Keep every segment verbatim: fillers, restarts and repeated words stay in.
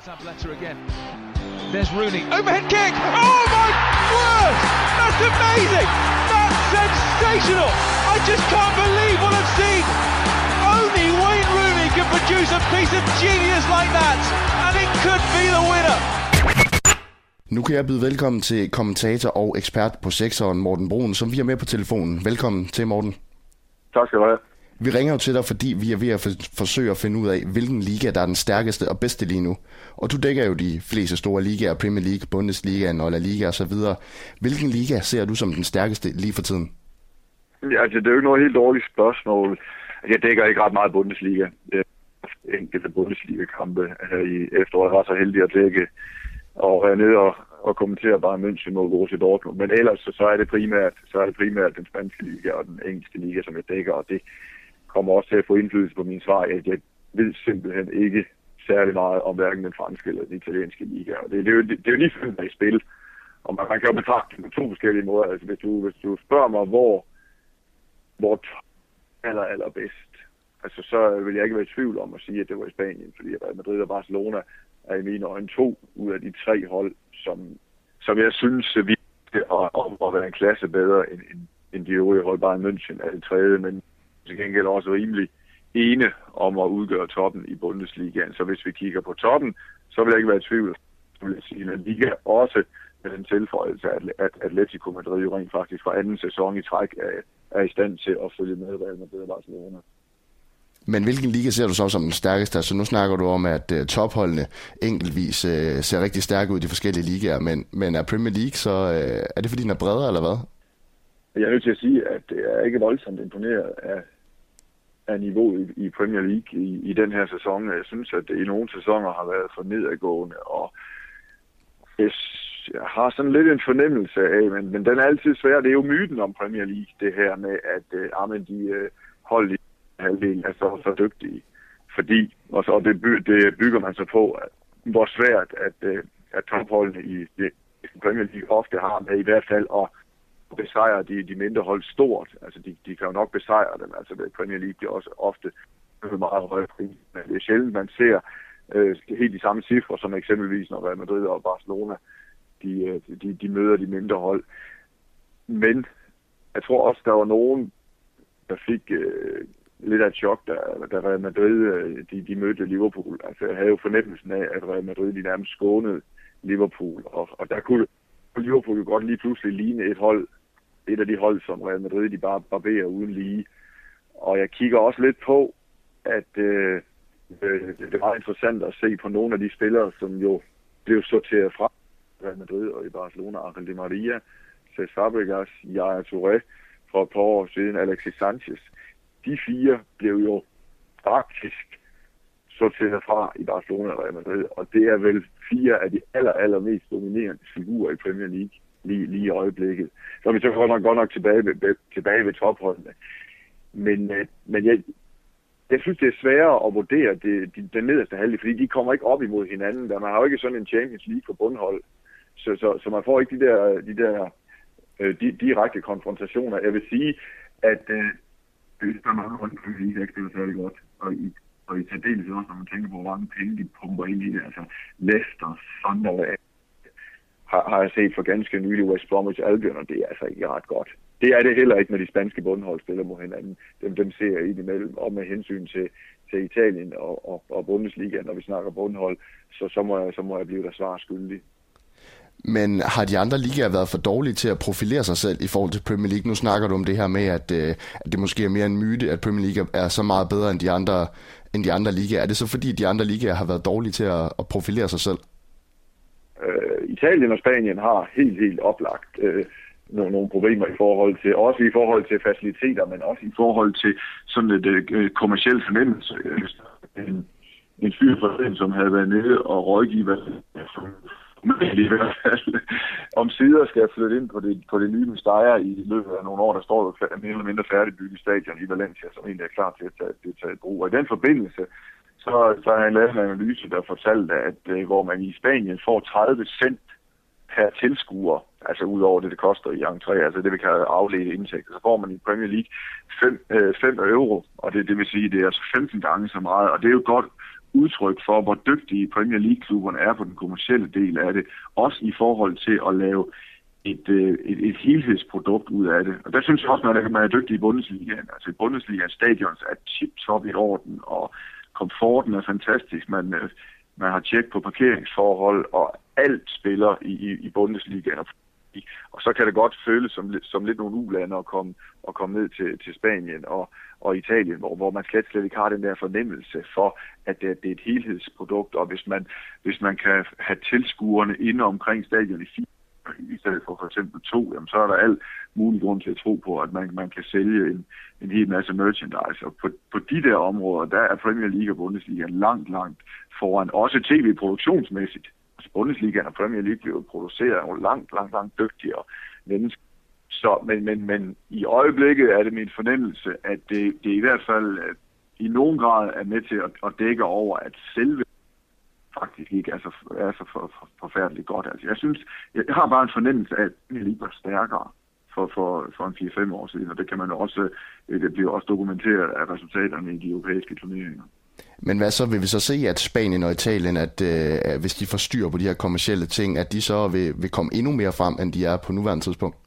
Tabletta again. There's Rooney. Overhead kick! Oh my word! That's amazing! That's sensational! I just can't believe what I've seen! Only Wayne Rooney can produce a piece of genius like that, and it could be the winner! Nu kan jeg byde velkommen til kommentator og ekspert på sekseren, Morten Bruun, som vi er med på telefonen. Velkommen til, Morten. Tak skal du have. Vi ringer jo til dig, fordi vi er ved at for- forsøge at finde ud af, hvilken liga, der er den stærkeste og bedste lige nu. Og du dækker jo de fleste store ligaer, Premier League, Bundesliga, La Liga osv. Hvilken liga ser du som den stærkeste lige for tiden? Ja, altså, det er jo ikke noget helt dårligt spørgsmål. Jeg dækker ikke ret meget Bundesliga. Jeg har enkelte Bundesliga-kampe her i efteråret. Jeg var så heldig at dække og være nede og, og kommentere bare München mod Borussia Dortmund. Men ellers så, så er det primært så er det primært den spanske liga og den engelske liga, som jeg dækker, og det kommer også til at få indflydelse på min svar, at jeg ved simpelthen ikke særlig meget om hverken den franske eller den italienske liga. Og det, det, er, jo, det, det er jo lige sådan, der er i spil. Og man, man kan jo betragte det på to forskellige måder. Altså hvis du, hvis du spørger mig, hvor, hvor aller, aller bedst, altså så vil jeg ikke være i tvivl om at sige, at det var i Spanien, fordi Real Madrid og Barcelona er i mine øjne to ud af de tre hold, som, som jeg synes vi er om at være en klasse bedre end, end, end de øvrige hold. Bayern München er det tredje, men til gengæld også rimelig ene om at udgøre toppen i Bundesligaen. Så hvis vi kigger på toppen, så vil jeg ikke være i tvivl. Så vil jeg sige, at Liga også med den tilføjelse, at Atletico Madrid jo rent faktisk fra anden sæson i træk er, er i stand til at følge med Real Madrid og Barcelona. Men hvilken liga ser du så som den stærkeste? Altså nu snakker du om, at uh, topholdene enkeltvis uh, ser rigtig stærke ud i de forskellige ligaer, men, men er Premier League så, uh, er det fordi den er bredere, eller hvad? Jeg er nødt til at sige, at det er ikke voldsomt imponeret af, af niveauet i, i Premier League i, i den her sæson. Jeg synes, at det i nogle sæsoner har været for nedadgående, og jeg, jeg har sådan lidt en fornemmelse af, men, men den er altid svær. Det er jo myten om Premier League, det her med, at uh, amen, de uh, hold i halvdelen er så, så dygtige. Fordi, og så det, by, det bygger man så på, at, hvor svært, at, uh, at topholdene i, i Premier League ofte har med i hvert fald at besejre de, de mindre hold stort. Altså, de, de kan jo nok besejre dem. Altså, ved Premier League er også ofte meget høje pris. Men det er sjældent, man ser øh, helt de samme cifre, som eksempelvis når Real Madrid og Barcelona, de, de, de møder de mindre hold. Men jeg tror også, der var nogen, der fik øh, lidt af et chok, da, da Real Madrid øh, de, de mødte Liverpool. Altså, jeg havde jo fornemmelsen af, at Real Madrid de nærmest skånede Liverpool. Og, og der kunne Liverpool jo godt lige pludselig ligne et hold, et af de hold, som Real Madrid de bare barberer uden lige. Og jeg kigger også lidt på, at øh, det er meget interessant at se på nogle af de spillere, som jo blev sorteret fra Real Madrid og i Barcelona, Ángel Di María, Cesc Fabregas, Yaya Touré, for et par år siden, Alexis Sanchez. De fire blev jo faktisk sorteret fra i Barcelona og Real Madrid, og det er vel fire af de aller, aller mest dominerende figurer i Premier League lige, lige i øjeblikket. Så er vi så godt nok, godt nok tilbage, ved, tilbage ved topholdene. Men, øh, men jeg, jeg synes, det er sværere at vurdere det, de, den nederste halvdel, fordi de kommer ikke op imod hinanden. Der man har jo ikke sådan en Champions League for bundhold, så, så, så man får ikke de der, de der øh, de, direkte konfrontationer. Jeg vil sige, at øh, det er mange rundt på Premier League, ikke spiller særlig godt, og i og i særdeleshed også, når man tænker på, hvor mange penge de pumper ind i det. Altså Leicester, Sunderland, har, har jeg set for ganske nylig West Bromwich Albion, og det er altså ikke ret godt. Det er det heller ikke, når de spanske bundhold spiller mod hinanden. Dem, dem ser jeg ind imellem, og med hensyn til, til Italien og, og, og Bundesliga, når vi snakker bundhold, så, så, må jeg, så må jeg blive der svar skyldig. Men har de andre ligaer været for dårlige til at profilere sig selv i forhold til Premier League? Nu snakker du om det her med, at, øh, at det måske er mere en myte, at Premier League er så meget bedre end de andre, end de andre ligaer. Er det så fordi, de andre ligaer har været dårlige til at, at profilere sig selv? Øh, Italien og Spanien har helt, helt oplagt øh, nogle, nogle problemer i forhold til, også i forhold til faciliteter, men også i forhold til sådan et øh, kommercielt fornemmelse. En, en fyr for den, som havde været nede og rådgivet, men i hvert fald om sider skal jeg flytte ind på det, på det nye Mestalla i løbet af nogle år, der står jo mere eller mindre færdigbygget stadion i Valencia, som egentlig er klar til at tage, til at tage i brug. Og i den forbindelse, så, så har jeg lavet en analyse, der fortalte, at uh, hvor man i Spanien får tredive cent per tilskuer, altså ud over det, det koster i entré, altså det vi kan aflede indtægter, så får man i Premier League fem euro, og det, det vil sige, det er altså femten gange så meget, og det er jo godt udtryk for, hvor dygtige Premier League-klubberne er på den kommercielle del af det, også i forhold til at lave et, et, et helhedsprodukt ud af det. Og der synes jeg også, at man er dygtig i Bundesligaen. Altså i Bundesligaen stadions er tip-top i orden, og komforten er fantastisk. Man, man har tjek på parkeringsforhold, og alt spiller i, i, i Bundesligaen. Og så kan det godt føles som, som lidt nogle ulande at komme, at komme ned til, til Spanien og, og Italien, hvor, hvor man slet, slet ikke har den der fornemmelse for, at det, det er et helhedsprodukt. Og hvis man, hvis man kan have tilskuerne inde omkring stadion i fire, i stedet for for eksempel to, jamen, så er der alt mulig grund til at tro på, at man, man kan sælge en, en hel masse merchandise. Og på, på de der områder, der er Premier League og Bundesliga langt, langt foran. Også tv-produktionsmæssigt. Altså Bundesliga og Premier League bliver produceret og langt, langt, langt dygtigere mennesker. Så, men, men, men i øjeblikket er det min fornemmelse, at det, det i hvert fald at i nogen grad er med til at, at dække over, at selve faktisk ikke er så, er så for, for, forfærdeligt godt. Altså, jeg synes, jeg har bare en fornemmelse af, at Premier League var stærkere for, for, for en fire fem år siden, og det kan man også, det bliver også dokumenteret af resultaterne i de europæiske turneringer. Men hvad så, vil vi så se, at Spanien og Italien, at øh, hvis de får styr på de her kommercielle ting, at de så vil, vil komme endnu mere frem, end de er på nuværende tidspunkt?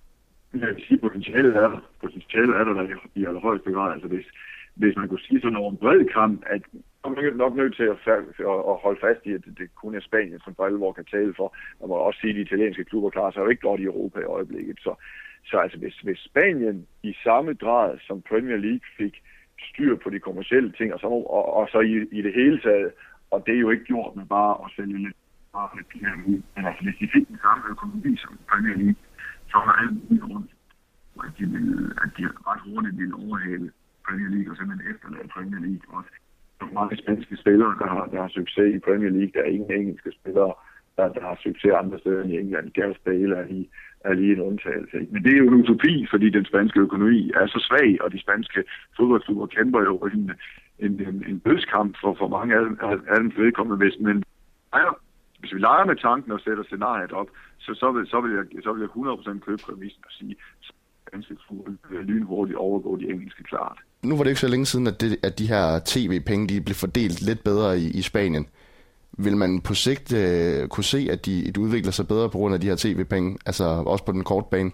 Jeg vil sige, potentialet er der. Potentialet er der, der i, i allerhøjeste grad. Altså hvis, hvis man kunne sige sådan over en bred kamp, at man er nok nødt til at, at holde fast i, at det kun er Spanien, som for alvor kan tale for. Man må også sige, at de italienske klubber klarer sig jo ikke godt i Europa i øjeblikket. Så, så altså, hvis, hvis Spanien i samme grad som Premier League fik styr på de kommercielle ting, og så, og, og så i, i det hele taget, og det er jo ikke gjort med bare at sælge lidt, bare lidt flere ud, men altså hvis de fik den samme økonomi som Premier League, så var alt muligt rundt, at de, ville, at de ret hurtigt ville overhale Premier League, og simpelthen efterlade Premier League også. Der er mange spanske spillere, der har, der har succes i Premier League, der er ingen engelske spillere, der, der har succes andre steder end i England. Gareth Bale er lige, er lige en undtagelse. Men det er jo en utopi, fordi den spanske økonomi er så svag, og de spanske fodboldklubber kæmper jo en, en, en, en dødskamp for, for mange af, af dem vedkommende. Hvis, men ja, hvis vi leger med tanken og sætter scenariet op, så, så, vil, så, vil, jeg, så vil jeg hundrede procent købe præmissen og sige, at spanske fodbold lynhurtigt overgår de engelske klart. Nu var det ikke så længe siden, at, det, at de her tv-penge de blev fordelt lidt bedre i, i Spanien. Vil man på sigt øh, kunne se, at de, de udvikler sig bedre på grund af de her tv-penge, altså også på den korte bane?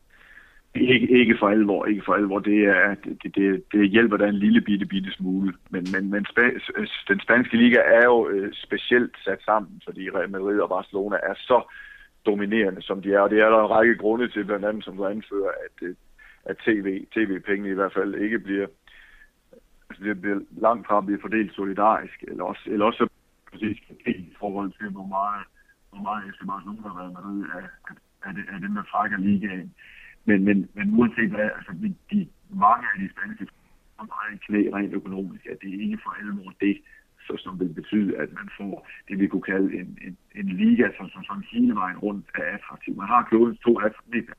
Ikke, ikke for alvor, ikke for alvor. Det, er, det, det, det hjælper da en lille bitte, bitte smule. Men, men, men spa- den spanske liga er jo øh, specielt sat sammen, fordi Real Madrid og Barcelona er så dominerende, som de er. Og det er der en række grunde til, blandt andet som du anfører, at, at TV, tv-pengene i hvert fald ikke bliver, altså det bliver langt fra at blive fordelt solidarisk, eller også, eller også præcis i forhold til, hvor meget, hvor meget F C Barcelona og Real Madrid er, er, det, er dem, der trækker ligaen. Men, men, men uanset hvad, altså de, de mange af de spanske er meget knæ rent økonomisk, at det ikke for alvor det, så, som vil betyde, at man får det, vi kunne kalde en, en, en liga, som, som sådan hele vejen rundt er attraktiv. Man har klodens to attraktive.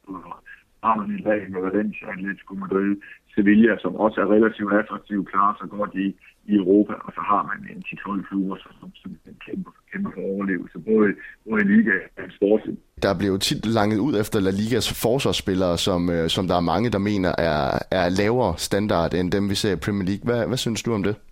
Har man et lag med Valencia, Atletico Madrid, Sevilla, som også er relativt attraktive, klarer sig godt i, i Europa, og så har man en ti tolv klubber, som, som en kæmpe, kæmpe overlevelse, både, både i liga og sport. Der bliver jo tit langet ud efter La Ligas forsvarsspillere, som, øh, som der er mange, der mener er, er lavere standard end dem, vi ser i Premier League. Hvad, hvad synes du om det?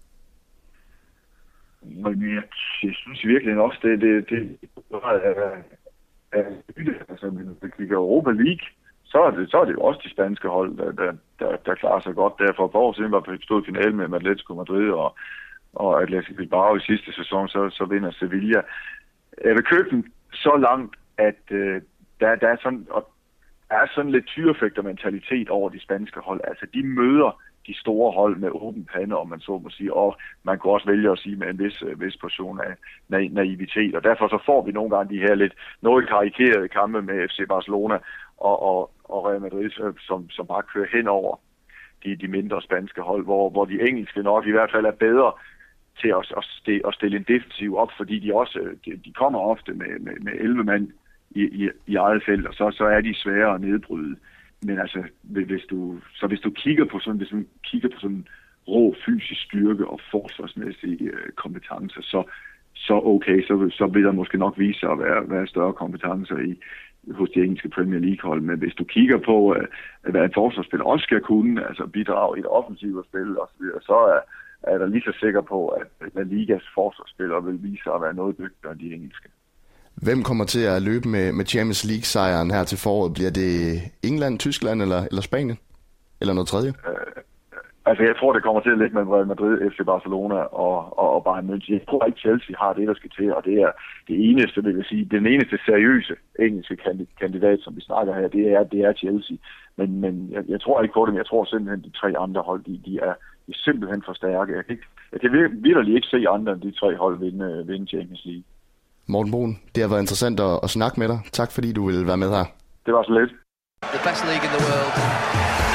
Jeg, jeg synes virkelig også, det, det, det er, er, er altså, hvis vi kigger Europa League, så er, det, så er det jo også de spanske hold, der, der, der, der klarer sig godt. Der for et par år siden var vi stået i finale med Atletico Madrid og, og Atletico Bilbao i sidste sæson, så, så vinder Sevilla. Jeg vil købe den så langt, at øh, der, der er sådan, og der er sådan lidt tyrefægtermentalitet over de spanske hold. Altså, de møder de store hold med åben pande, om man så må sige, og man kunne også vælge at sige med en vis, vis portion af na- naivitet, og derfor så får vi nogle gange de her lidt noget karikerede kampe med F C Barcelona og, og, og Real Madrid, som, som bare kører hen over de, de mindre spanske hold, hvor, hvor de engelske nok i hvert fald er bedre til at, at, stille, at stille en defensiv op, fordi de også de, de kommer ofte med, med, med elleve mand i, i, i eget felt, og så, så er de svære at nedbryde. Men altså, hvis du, så hvis du kigger på sådan, hvis du kigger på sådan rå fysisk styrke og forsvarsmæssige øh, kompetencer, så, så okay, så, så vil der måske nok vise sig at være, være større kompetencer i, hos de engelske Premier League-hold. Men hvis du kigger på, øh, hvad en forsvarsspiller også skal kunne, altså bidrage i et offensivt spil og så videre, så er, er der lige så sikker på, at La Ligas forsvarsspillere vil vise sig at være noget dygtigere end de engelske. Hvem kommer til at løbe med, med Champions League-sejren her til foråret? Bliver det England, Tyskland eller, eller Spanien? Eller noget tredje? Øh, altså, jeg tror, det kommer til at ligge med Real Madrid, F C Barcelona og, og, og Bayern München. Jeg tror ikke, Chelsea har det, der skal til, og det er det eneste, vil jeg sige, den eneste seriøse engelske kandidat, som vi snakker her, det er, det er Chelsea. Men, men jeg, jeg tror ikke på dem. Jeg tror simpelthen, de tre andre hold, de, de, er, de er simpelthen for stærke. Jeg kan, ikke, jeg kan virkelig ikke se andre end de tre hold vinde, vinde Champions League. Morten Bruun, det har været interessant at, at snakke med dig. Tak fordi du ville være med her. Det var så lidt. The best league in the world.